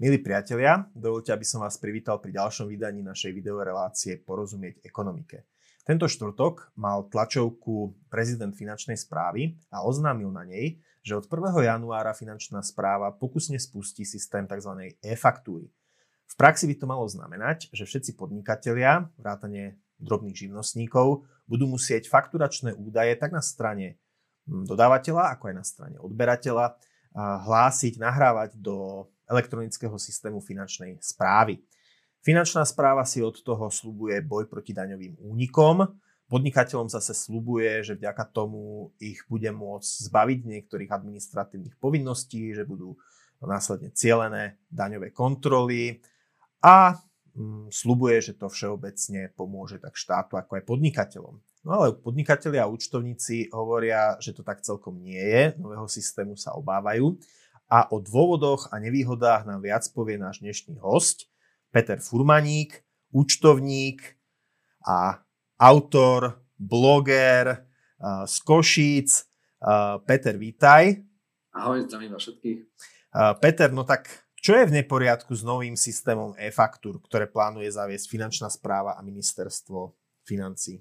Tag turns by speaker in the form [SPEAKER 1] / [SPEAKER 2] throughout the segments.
[SPEAKER 1] Milí priatelia, dovoľte, aby som vás privítal pri ďalšom vydaní našej videorelácie Porozumieť ekonomike. Tento štvrtok mal tlačovku prezident finančnej správy a oznámil na nej, že od 1. januára finančná správa pokusne spustí systém tzv. E-faktúry. V praxi by to malo znamenať, že všetci podnikatelia, vrátane drobných živnostníkov, budú musieť fakturačné údaje tak na strane dodávateľa, ako aj na strane odberateľa hlásiť, nahrávať do elektronického systému finančnej správy. Finančná správa si od toho sľubuje boj proti daňovým únikom. Podnikateľom zase sľubuje, že vďaka tomu ich bude môcť zbaviť niektorých administratívnych povinností, že budú následne cielené daňové kontroly a sľubuje, že to všeobecne pomôže tak štátu, ako aj podnikateľom. No ale podnikatelia a účtovníci hovoria, že to tak celkom nie je, nového systému sa obávajú. A o dôvodoch a nevýhodách nám viac povie náš dnešný hosť, Peter Furmaník, účtovník a autor, bloger z Košíc. Peter, vítaj.
[SPEAKER 2] Ahoj, zdravím vás všetkých.
[SPEAKER 1] Peter, no tak čo je v neporiadku s novým systémom e-faktúr, ktoré plánuje zaviesť Finančná správa a Ministerstvo financií?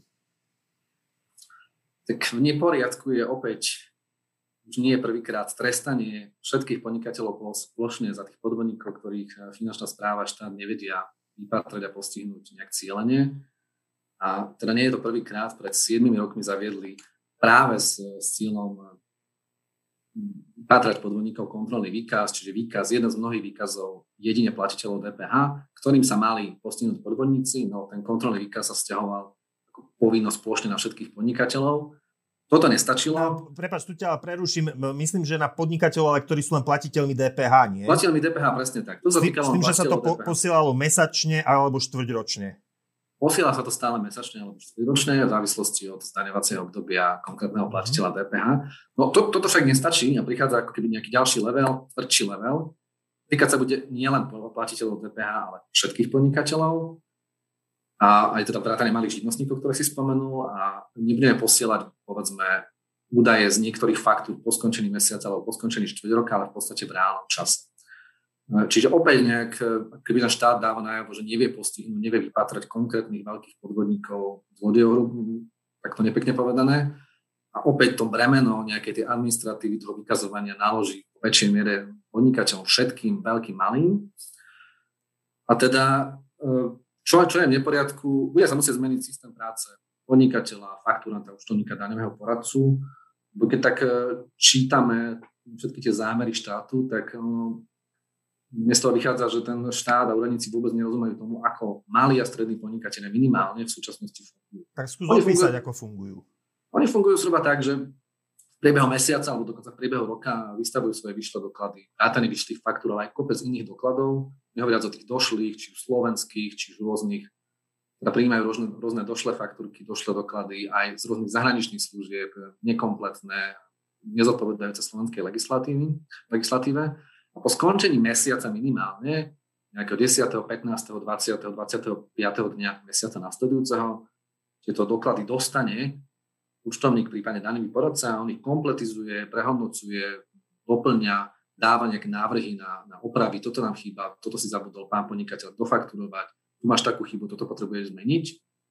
[SPEAKER 2] Tak v neporiadku je opäť už nie je prvýkrát trestanie všetkých podnikateľov plošne za tých podvodníkov, ktorých finančná správa a štát nevedia vypatrať a postihnúť nejak cieľene. A teda nie je to prvýkrát, pred 7 rokmi zaviedli práve s cieľom vypatrať podvodníkov kontrolný výkaz, čiže výkaz, jeden z mnohých výkazov jedine platiteľov DPH, ktorým sa mali postihnúť podvodníci, no ten kontrolný výkaz sa vzťahoval ako povinnosť plošne na všetkých podnikateľov. Toto nestačilo.
[SPEAKER 1] Prepáč, tu ťa preruším. Myslím, že na podnikateľov, ale ktorí sú len platiteľmi DPH, nie?
[SPEAKER 2] Platiteľmi DPH, presne tak.
[SPEAKER 1] S tým, že sa to posielalo mesačne alebo štvrťročne.
[SPEAKER 2] Posiela sa to stále mesačne alebo štvrťročne v závislosti od zdaňovacieho obdobia konkrétneho platiteľa DPH. No toto však nestačí a prichádza ako keby nejaký ďalší level, tvrdší level. Týkať sa bude nielen platiteľov DPH, ale všetkých podnikateľov. A aj teda vrátane malých živnostníkov, ktoré si spomenul, a nebudeme posielať, povedzme, údaje z niektorých faktúr po skončení mesiaca alebo po skončení štvrť roka, ale v podstate v reálnom čase. Čiže opäť nejak, keby náš štát dáva najavo, že nevie postihnúť, nevie vypátrať konkrétnych veľkých podvodníkov, zlodejov, tak to nepekne povedané. A opäť to bremeno nejakej tej administratívy, toho vykazovania naloží v väčšej miere podnikateľom všetkým, veľkým, malým. A teda Čo je v neporiadku, bude sa musieť zmeniť systém práce podnikateľa, faktúranta, účtovníka, daňového poradcu. Bo keď tak čítame všetky tie zámery štátu, tak dnes toho vychádza, že ten štát a úradníci vôbec nerozumejú tomu, ako malí a strední podnikatelia minimálne v súčasnosti fungujú.
[SPEAKER 1] Tak skús opísať, ako fungujú.
[SPEAKER 2] Oni fungujú zhruba tak, že v priebehu mesiaca alebo dokonca v priebehu roka vystavujú svoje vyšlé doklady, vrátane vyšlých faktúr, ale aj kopec iných dokladov, nehovoriac o tých došlých, či už slovenských, či už rôznych, teda prijímajú rôzne došlé faktúrky, došlé doklady aj z rôznych zahraničných služieb, nekompletné, nezodpovedajúce slovenskej legislatíve. A po skončení mesiaca minimálne, nejakého 10., 15., 20., 25. dňa mesiaca nasledujúceho, tieto doklady dostane účtovník, prípadne daňový poradca, on ich kompletizuje, prehodnocuje, doplňa, dáva nejaké návrhy na opravy, toto nám chýba, toto si zabudol pán podnikateľ dofakturovať, tu máš takú chybu, toto potrebuješ zmeniť.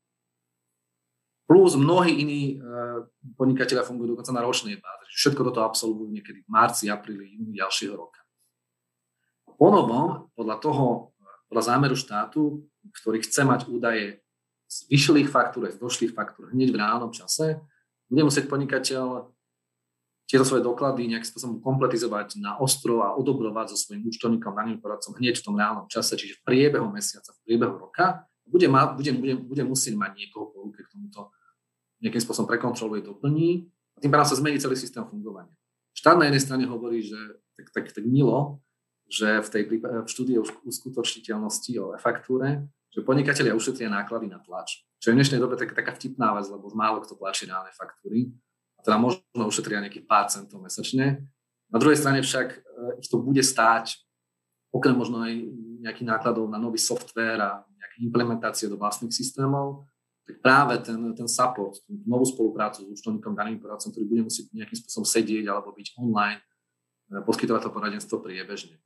[SPEAKER 2] Plus mnohí iní podnikatelia fungujú dokonca na ročnej báze. Všetko toto absolvujú niekedy v marci, apríli, júni ďalšieho roka. A ponovom, podľa zámeru štátu, ktorý chce mať údaje z vyšlých faktúr, z došlých faktúr hneď v reálnom čase, bude musieť podnikateľ tieto svoje doklady nejakým spôsobom kompletizovať na ostro a odobrovať so svojím účtovníkom, daňovým poradcom hneď v tom reálnom čase, čiže v priebehu mesiaca, v priebehu roka, bude musieť mať niekoho po ruke k tomuto nejakým spôsobom prekontroluje, doplní a tým pádom sa zmení celý systém fungovania. Štát na jednej strane hovorí, že tak milo, že v štúdii uskutočniteľnosti o e-faktúre, že podnikatelia ušetria náklady na tlač. Čo je v dnešnej dobe taká vtipná vec, lebo málo kto tlačí reálne faktúry. A teda možno ušetria nejakých pár centov mesačne. Na druhej strane však ich to bude stáť, okrem možno aj nejakých nákladov na nový softvér a nejaké implementácie do vlastných systémov, tak práve ten support, tú novú spoluprácu s účtovníkom, daňovým poradcom, ktorý bude musieť nejakým spôsobom sedieť alebo byť online, poskytovať to poradenstvo priebežne.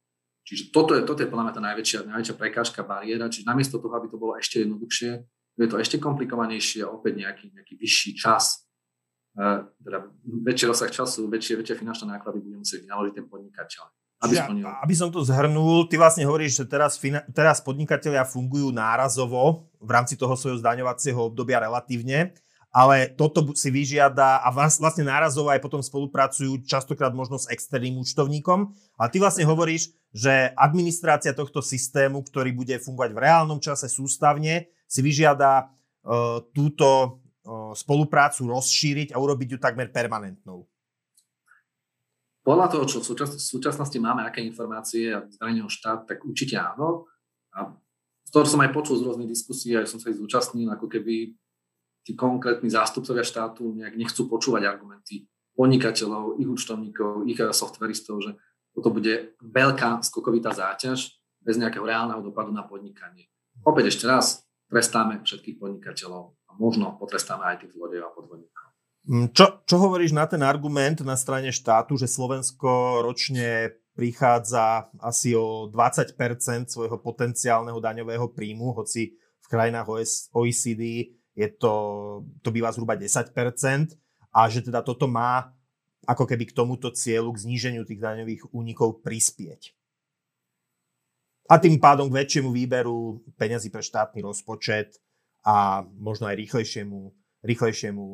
[SPEAKER 2] Čiže toto je podľa mňa tá najväčšia prekážka, bariéra. Čiže namiesto toho, aby to bolo ešte jednoduchšie, je to ešte komplikovanejšie, opäť nejaký vyšší čas, teda väčší rozsah času, väčšie finančné náklady bude musieť vynaložiť ten podnikateľ.
[SPEAKER 1] Aby som to zhrnul, ty vlastne hovoríš, že teraz podnikatelia fungujú nárazovo v rámci toho svojho zdaňovacieho obdobia relatívne, ale toto si vyžiada a vlastne nárazovo aj potom spolupracujú častokrát možno s externým účtovníkom. Ale ty vlastne hovoríš, že administrácia tohto systému, ktorý bude fungovať v reálnom čase sústavne, si vyžiada túto spoluprácu rozšíriť a urobiť ju takmer permanentnou.
[SPEAKER 2] Podľa toho, čo v súčasnosti máme, aké informácie a zverejnil štát, tak určite áno. A z toho, čo som aj počul z rôznych diskusí, aj som sa ich zúčastnil, ako keby tí konkrétni zástupcovia štátu nejak nechcú počúvať argumenty podnikateľov, ich účtovníkov, ich softveristov, že toto bude veľká skokovitá záťaž bez nejakého reálneho dopadu na podnikanie. Opäť ešte raz, trestáme všetkých podnikateľov a možno potrestáme aj tých zlodejov a podvodníkov.
[SPEAKER 1] Čo hovoríš na ten argument na strane štátu, že Slovensko ročne prichádza asi o 20% svojho potenciálneho daňového príjmu, hoci v krajinách OECD to býva zhruba 10%, a že teda toto má ako keby k tomuto cieľu, k zníženiu tých daňových únikov prispieť. A tým pádom k väčšiemu výberu peňazí pre štátny rozpočet a možno aj rýchlejšiemu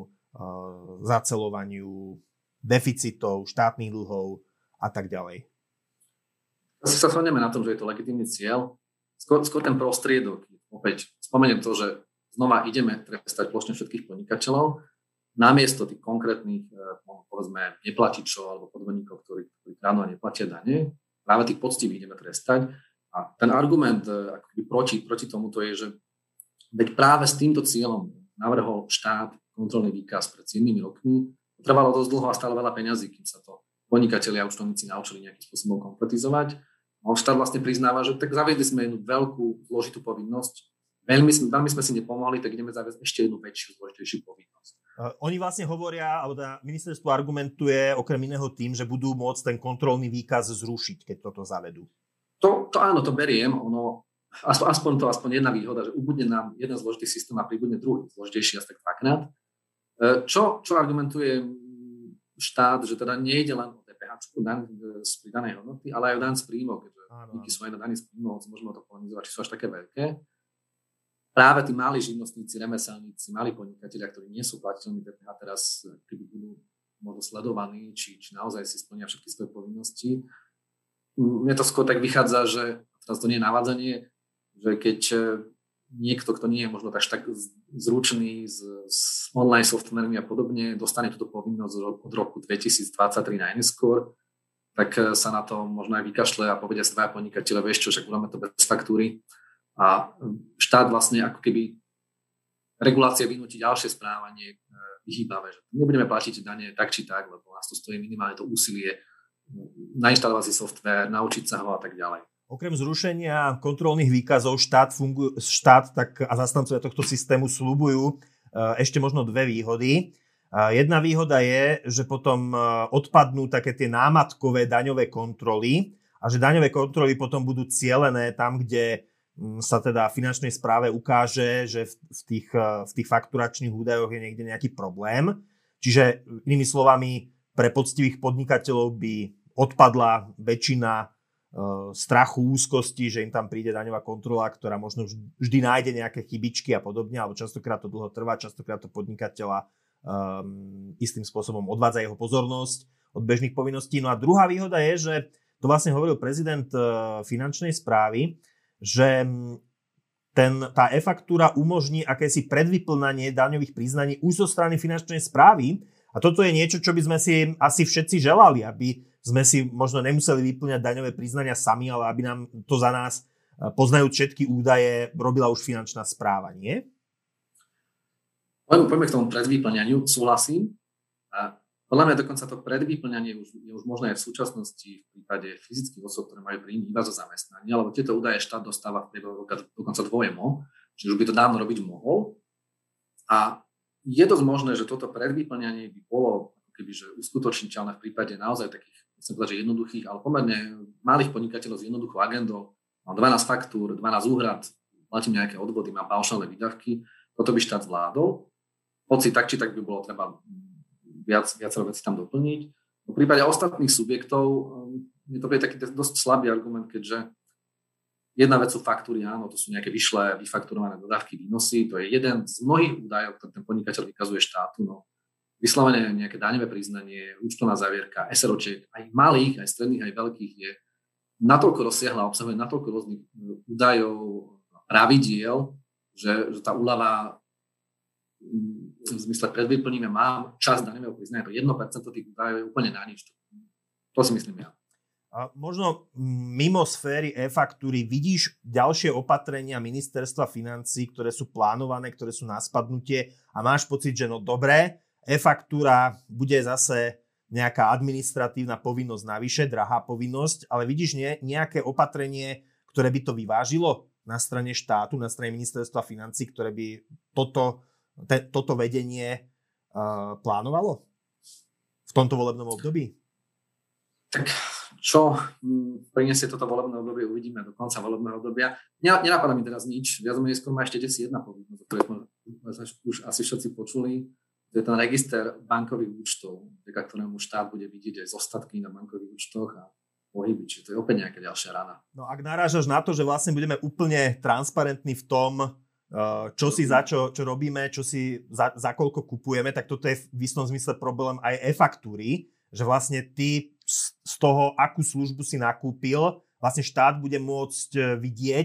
[SPEAKER 1] zaceľovaniu deficitov, štátnych dlhov a tak ďalej.
[SPEAKER 2] Asi sa shodneme na tom, že je to legitímny cieľ. Skôr ten prostriedok. Opäť spomeniem to, že znova ideme trestať plošne všetkých podnikateľov namiesto tých konkrétnych, povedzme, neplatičov alebo podvodníkov, ktorí kradnú a neplatia dane. Práve tých poctivých ideme trestať. A ten argument akoby proti tomuto je, že veď práve s týmto cieľom navrhol štát kontrolný výkaz pred 7 rokmi. Trvalo dosť dlho a stále veľa peňazí, kým sa to podnikatelia a účtovníci naučili nejakým spôsobom kompletizovať. A štát vlastne priznáva, že tak zaviedli sme jednu veľkú zložitú povinnosť. Veľmi sme si nepomohli, tak ideme zaviesť ešte jednu väčšiu, zložitejšiu povinnosť.
[SPEAKER 1] Oni vlastne hovoria, alebo ministerstvo argumentuje okrem iného tým, že budú môcť ten kontrolný výkaz zrušiť, keď toto zavedú.
[SPEAKER 2] To áno, to beriem. Aspoň jedna výhoda, že ubudne nám jeden zložitý systém a pribudne druhý zložitejší asi tak dvakrát. Čo argumentuje štát, že teda nejde len o DPH, daň z pridanej hodnoty, ale aj o daň z príjmov, keďže díky sú aj na daň z príjmov, môžeme to polemizovať, či sú až také veľké. Práve tí malí živnostníci, remeselníci, malí podnikatelia, ktorí nie sú platiteľmi DPH, teraz keby budú možno sledovaní, či naozaj si splnia všetky svoje povinnosti. Mne to skôr tak vychádza, že teraz to nie je navádzanie, že keď niekto, kto nie je možno tak zručný s online softvermi a podobne, dostane túto povinnosť od roku 2023 najneskôr, tak sa na to možno aj vykašle a povedia sa dvaja podnikateľe, vieš čo, však budeme to bez faktúry. A štát vlastne ako keby regulácia vynúti ďalšie správanie vyhýbavé, že nebudeme platiť dane tak či tak, lebo nás to stojí minimálne to úsilie nainštalovať si software, naučiť sa ho a tak ďalej.
[SPEAKER 1] Okrem zrušenia kontrolných výkazov štát a zastancovia tohto systému sľubujú ešte možno dve výhody. Jedna výhoda je, že potom odpadnú také tie námatkové daňové kontroly a že daňové kontroly potom budú cielené tam, kde sa teda finančnej správe ukáže, že v tých fakturačných údajoch je niekde nejaký problém. Čiže inými slovami, pre poctivých podnikateľov by odpadla väčšina strachu, úzkosti, že im tam príde daňová kontrola, ktorá možno vždy nájde nejaké chybičky a podobne, alebo častokrát to dlho trvá, častokrát to podnikateľa istým spôsobom odvádza jeho pozornosť od bežných povinností. No a druhá výhoda je, že to vlastne hovoril prezident finančnej správy, že tá e-faktúra umožní akési predvyplnanie daňových priznaní už zo strany finančnej správy. A toto je niečo, čo by sme si asi všetci želali, aby sme si možno nemuseli vyplňať daňové priznania sami, ale aby nám to za nás, poznajúc všetky údaje, robila už finančná správa, nie?
[SPEAKER 2] Poďme k tomu predvyplňaniu, súhlasím. A podľa mňa dokonca to predvyplňanie je už možné aj v súčasnosti v prípade fyzických osôb, ktoré majú príjmy iba zo zamestnania, lebo tieto údaje štát dostáva v priebehu roka dokonca dvojmo, čiže už by to dávno robiť mohol. A je dosť možné, že toto predvyplňanie by bolo keby, že uskutočniteľné v prípade naozaj takých, chcem povedať, že jednoduchých, ale pomerne malých podnikateľov s jednoduchou agendou. Mám 12 faktúr, 12 úhrad, platím nejaké odvody, mám paušálne výdavky. Toto by štát zvládol. Hoci tak, či tak by bolo treba viacero vecí tam doplniť. V prípade ostatných subjektov je to taký dosť slabý argument, keďže jedna vec sú faktúry, áno, to sú nejaké vyšlé, vyfakturované dodávky, výnosy, to je jeden z mnohých údajov, ktoré ten podnikateľ vykazuje štátu, no vyslovene nejaké daňové priznanie, účtovná zavierka, SROčiek, aj malých, aj stredných, aj veľkých je natoľko rozsiahla, obsahuje natoľko rôznych údajov, pravidiel, že tá úľava v zmysle predvyplníme, mám čas daňového priznania, to 1% tých údajov je úplne na nič. To si myslím ja.
[SPEAKER 1] A možno mimo sféry e-faktúry vidíš ďalšie opatrenia ministerstva financií, ktoré sú plánované, ktoré sú na spadnutie a máš pocit, že no dobré, e-faktúra bude zase nejaká administratívna povinnosť navyše, drahá povinnosť, ale vidíš nejaké opatrenie, ktoré by to vyvážilo na strane štátu, na strane ministerstva financií, ktoré by toto vedenie plánovalo v tomto volebnom období?
[SPEAKER 2] Tak čo prinesie toto volebné obdobie, uvidíme do konca volebného obdobia. Nenapadá mi teraz nič. Viac menej skôr ma ešte desi jedna povinnosť, o ktorej sme už asi všetci počuli. To je ten register bankových účtov, vďaka ktorému štát bude vidieť aj zostatky na bankových účtoch a pohyby. Čiže to je opäť nejaká ďalšia rana.
[SPEAKER 1] No ak narážaš na to, že vlastne budeme úplne transparentní v tom, čo si za čo robíme, čo si za koľko kupujeme, tak toto je v istom zmysle problém aj e-faktúry, že vlastne ty z toho, akú službu si nakúpil, vlastne štát bude môcť vidieť,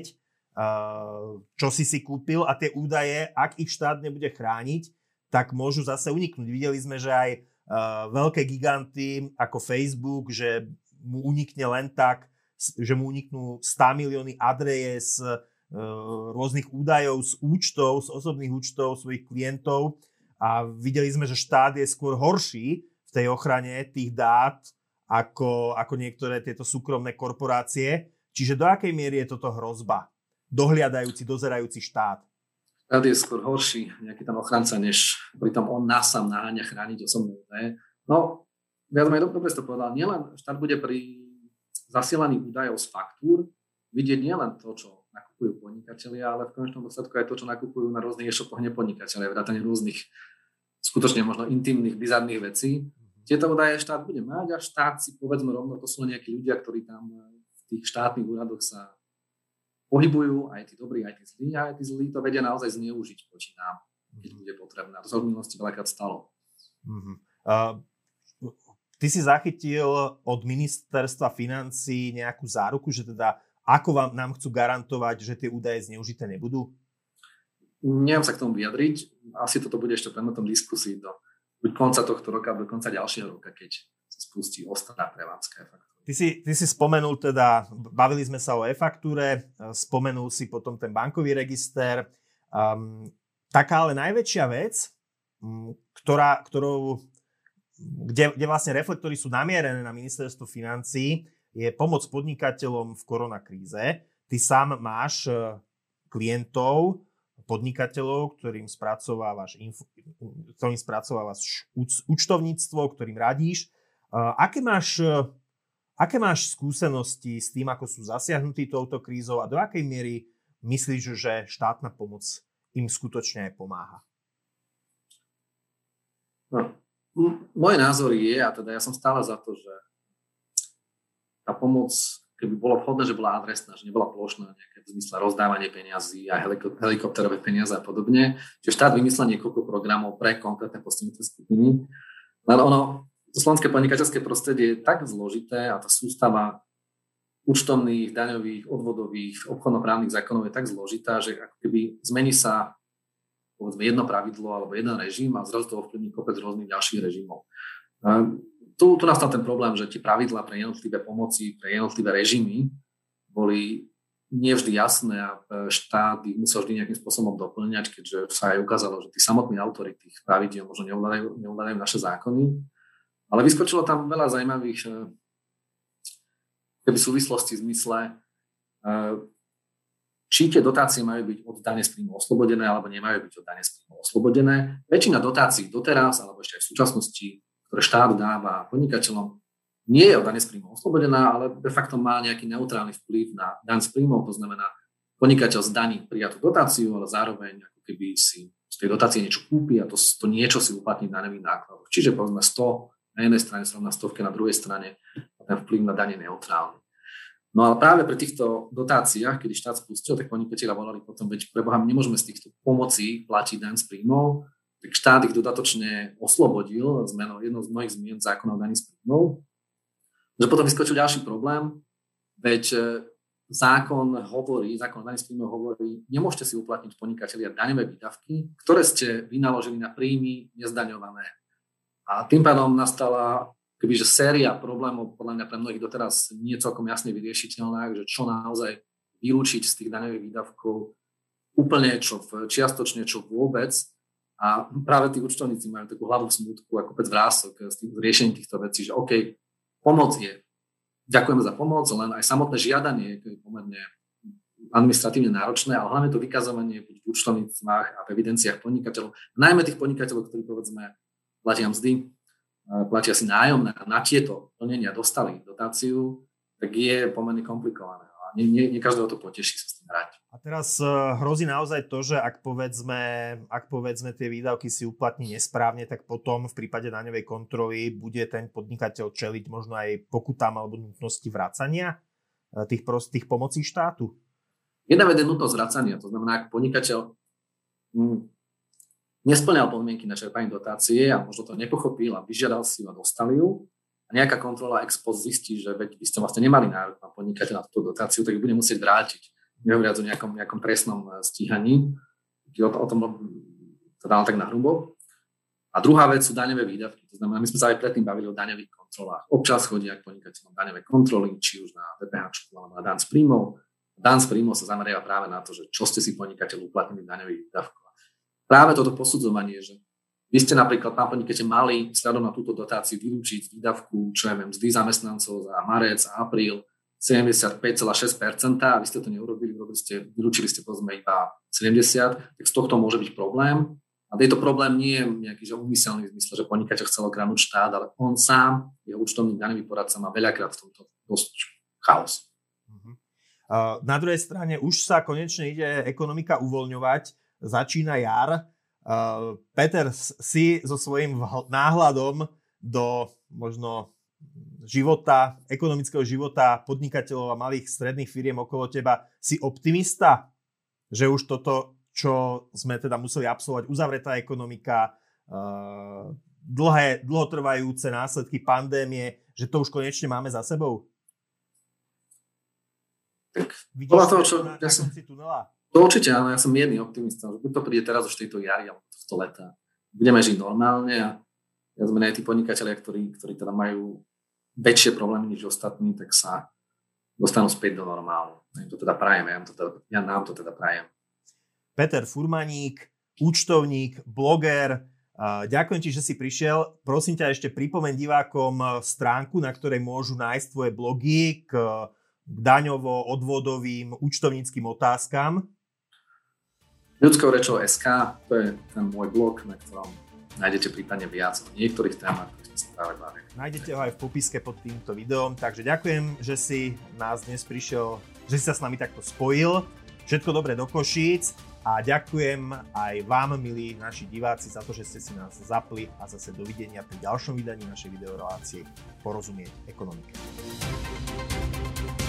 [SPEAKER 1] čo si kúpil a tie údaje, ak ich štát nebude chrániť, tak môžu zase uniknúť. Videli sme, že aj veľké giganty ako Facebook, že mu unikne len tak, že mu uniknú 100 milióny adries, rôznych údajov z účtov, z osobných účtov svojich klientov a videli sme, že štát je skôr horší v tej ochrane tých dát ako niektoré tieto súkromné korporácie. Čiže do akej miery je toto hrozba? Dohliadajúci, dozerajúci štát.
[SPEAKER 2] Štát je skôr horší, nejaký tam ochranca, než pritom on nás sám naháňa chrániť osobné údaje. No, viac menej dobre si to povedal, nielen štát bude pri zasielaní údajov z faktúr vidieť nielen to, čo nakupujú podnikatelia, ale v konečnom dôsledku aj to, čo nakupujú na rôznych e-shopoch nepodnikatelia, vrátane rôznych skutočne možno intimných, bizarných vecí. Tieto údaje štát bude mať a štát si povedzme rovno, to sú nejakí ľudia, ktorí tam v tých štátnych úradoch sa pohybujú, aj tí dobrí, aj tí zlí, a aj tí zlí to vedia naozaj zneužiť proti nám, keď bude potrebné. A to sa v minulosti veľakrát stalo.
[SPEAKER 1] Ty si zachytil od ministerstva financií nejakú záruku, že teda ako nám chcú garantovať, že tie údaje zneužité nebudú?
[SPEAKER 2] Neviem sa k tomu vyjadriť. Asi toto bude ešte predmetom diskusí do konca tohto roka, do konca ďalšieho roka, keď sa spustí ostatná prevádzka e-faktúry.
[SPEAKER 1] Ty si spomenul teda, bavili sme sa o e-faktúre, spomenul si potom ten bankový register. Taká ale najväčšia vec, kde vlastne reflektory sú namierené na ministerstvo financií, je pomoc podnikateľom v koronakríze. Ty sám máš klientov, podnikateľov, ktorým spracovávaš účtovníctvo, ktorým radíš. Aké máš skúsenosti s tým, ako sú zasiahnutí touto krízou a do akej miery myslíš, že štátna pomoc im skutočne aj pomáha?
[SPEAKER 2] No, môj názor je, a teda ja som stále za to, že tá pomoc, keby bolo vhodné, že bola adresná, že nebola plošná, nejaké v zmysle rozdávanie peniazí a helikopterové peniaze a podobne. Čiže štát vymyslel niekoľko programov pre konkrétne postihnuté skupiny. Len to slovenské podnikateľské prostredie je tak zložité a tá sústava účtovných, daňových, odvodových, obchodnoprávnych zákonov je tak zložitá, že ako keby zmení sa povedzme jedno pravidlo alebo jeden režim a zrazu to ovplyvní kopec rôznych ďalších režimov. Tu nastal ten problém, že tie pravidlá pre jednotlivé pomoci, pre jednotlivé režimy boli nevždy jasné a štát ich musel vždy nejakým spôsobom doplňať, keďže sa aj ukázalo, že tí samotní autori tých pravidiel možno neovládajú naše zákony. Ale vyskočilo tam veľa zaujímavých súvislostí v zmysle, či tie dotácie majú byť od dane z príjmu oslobodené alebo nemajú byť od dane z príjmu oslobodené. Väčšina dotácií doteraz, alebo ešte aj v súčasnosti, ktoré štát dáva podnikateľom, nie je od dane z príjmov oslobodená, ale de facto má nejaký neutrálny vplyv na daň z príjmov, to znamená, podnikateľ zdaní prijatú dotáciu, ale zároveň ako keby si z tej dotácie niečo kúpi a to niečo si uplatní daňových nákladov. Čiže povedzme 100 na jednej strane, na 100 na druhej strane a ten vplyv na daň je neutrálny. No ale práve pri týchto dotáciách, kedy štát spustil, tak podnikatelia volali potom, veď preboha, nemôžeme z týchto pomocí platiť daň z príjmov, tak štát ich dodatočne oslobodil zmenou jednou z mnohých zmien zákona o daní z príjmov. Že potom vyskočil ďalší problém, veď zákon o daní z príjmov hovorí, nemôžete si uplatniť podnikatelia daňové výdavky, ktoré ste vynaložili na príjmy nezdaňované. A tým pádom nastala kebyže séria problémov, podľa mňa pre mnohých doteraz nie je celkom jasne vyriešiteľná, že čo naozaj vylúčiť z tých daňových výdavkov úplne, čo čiastočne, čo vôbec. A práve tí účtovníci majú takú hlavu v smútku, ako pec vrások s tým riešením týchto vecí, že OK, pomoc je. Ďakujeme za pomoc, len aj samotné žiadanie je pomerne administratívne náročné, ale hlavne to vykazovanie v účtovníctvách a v evidenciách podnikateľov, najmä tých podnikateľov, ktorí povedzme platia mzdy, platia si nájomné a na tieto plnenia dostali dotáciu, tak je pomerne komplikované. A nie každého to poteší sa s tým hrať.
[SPEAKER 1] A teraz hrozí naozaj to, že ak povedzme tie výdavky si uplatní nesprávne, tak potom v prípade daňovej kontroly bude ten podnikateľ čeliť možno aj pokutám alebo nutnosti vracania tých pomocí štátu?
[SPEAKER 2] Jedna vec je nutnosť vracania, to znamená, ak podnikateľ nespĺňal podmienky na čerpanie dotácie a možno to nepochopil a vyžiadal si ju a dostali ju, a nejaká kontrola ex post zistí, že veď by ste vlastne nemali nárok na podnikateľa na túto dotáciu, tak ju bude musieť vrátiť. Nehovoriac o nejakom trestnom stíhaní. O tom to dal tak na hrubo. A druhá vec sú daňové výdavky. To znamená, my sme sa aj predtým bavili o daňových kontrolách. Občas chodia k podnikateľom daňové kontroly, či už na DPH alebo na daň z príjmov. Daň z príjmov sa zameriava práve na to, že čo ste si podnikateľ uplatnili v daňových výdavkoch. Práve toto posudzovanie, že vy ste napríklad, pán podnikateľ, mali vzhľadom na túto dotáciu vylúčiť z výdavku, čo ja viem, mzdy zamestnancov za marec a apríl 75,6% a vy ste to neurobili, vylúčili ste povedzme iba 70%, tak z tohto môže byť problém. A tento problém nie je nejaký úmyselný v zmysle, že podnikateľ chcel okradnúť štát, ale on sám, jeho účtovný daňový poradca, má veľakrát v tomto dosť chaos.
[SPEAKER 1] Na druhej strane už sa konečne ide ekonomika uvoľňovať, začína jar. Peter, si so svojím náhľadom do možno ekonomického života podnikateľov a malých stredných firiem okolo teba, si optimista, že už toto, čo sme teda museli absolvovať, uzavretá ekonomika, dlhotrvajúce následky pandémie, že to už konečne máme za sebou?
[SPEAKER 2] Tak, vidíš toho, čo na konci tunela? To určite áno, ja som mierny optimista, že buď to príde teraz už tejto jary alebo tohto leta. Budeme žiť normálne a ja sme aj tí podnikatelia, ktorí teda majú väčšie problémy než ostatní, tak sa dostanú späť do normálu. Ja to teda prajem, ja nám to teda prajem.
[SPEAKER 1] Peter Furmaník, účtovník, bloger, ďakujem ti, že si prišiel. Prosím ťa, ešte pripomeň divákom stránku, na ktorej môžu nájsť tvoje blogy k daňovo-odvodovým účtovníckým otázkam.
[SPEAKER 2] Ľudskou rečou SK, to je ten môj blog, na ktorom nájdete prípadne viac o niektorých témach, ktoré sme sa práve bavili.
[SPEAKER 1] Nájdete ho aj v popiske pod týmto videom, takže ďakujem, že si nás dnes prišiel, že si sa s nami takto spojil. Všetko dobré do Košíc a ďakujem aj vám, milí naši diváci, za to, že ste si nás zapli a zase dovidenia pri ďalšom vydaní našej videorelácie Porozumieť ekonomike.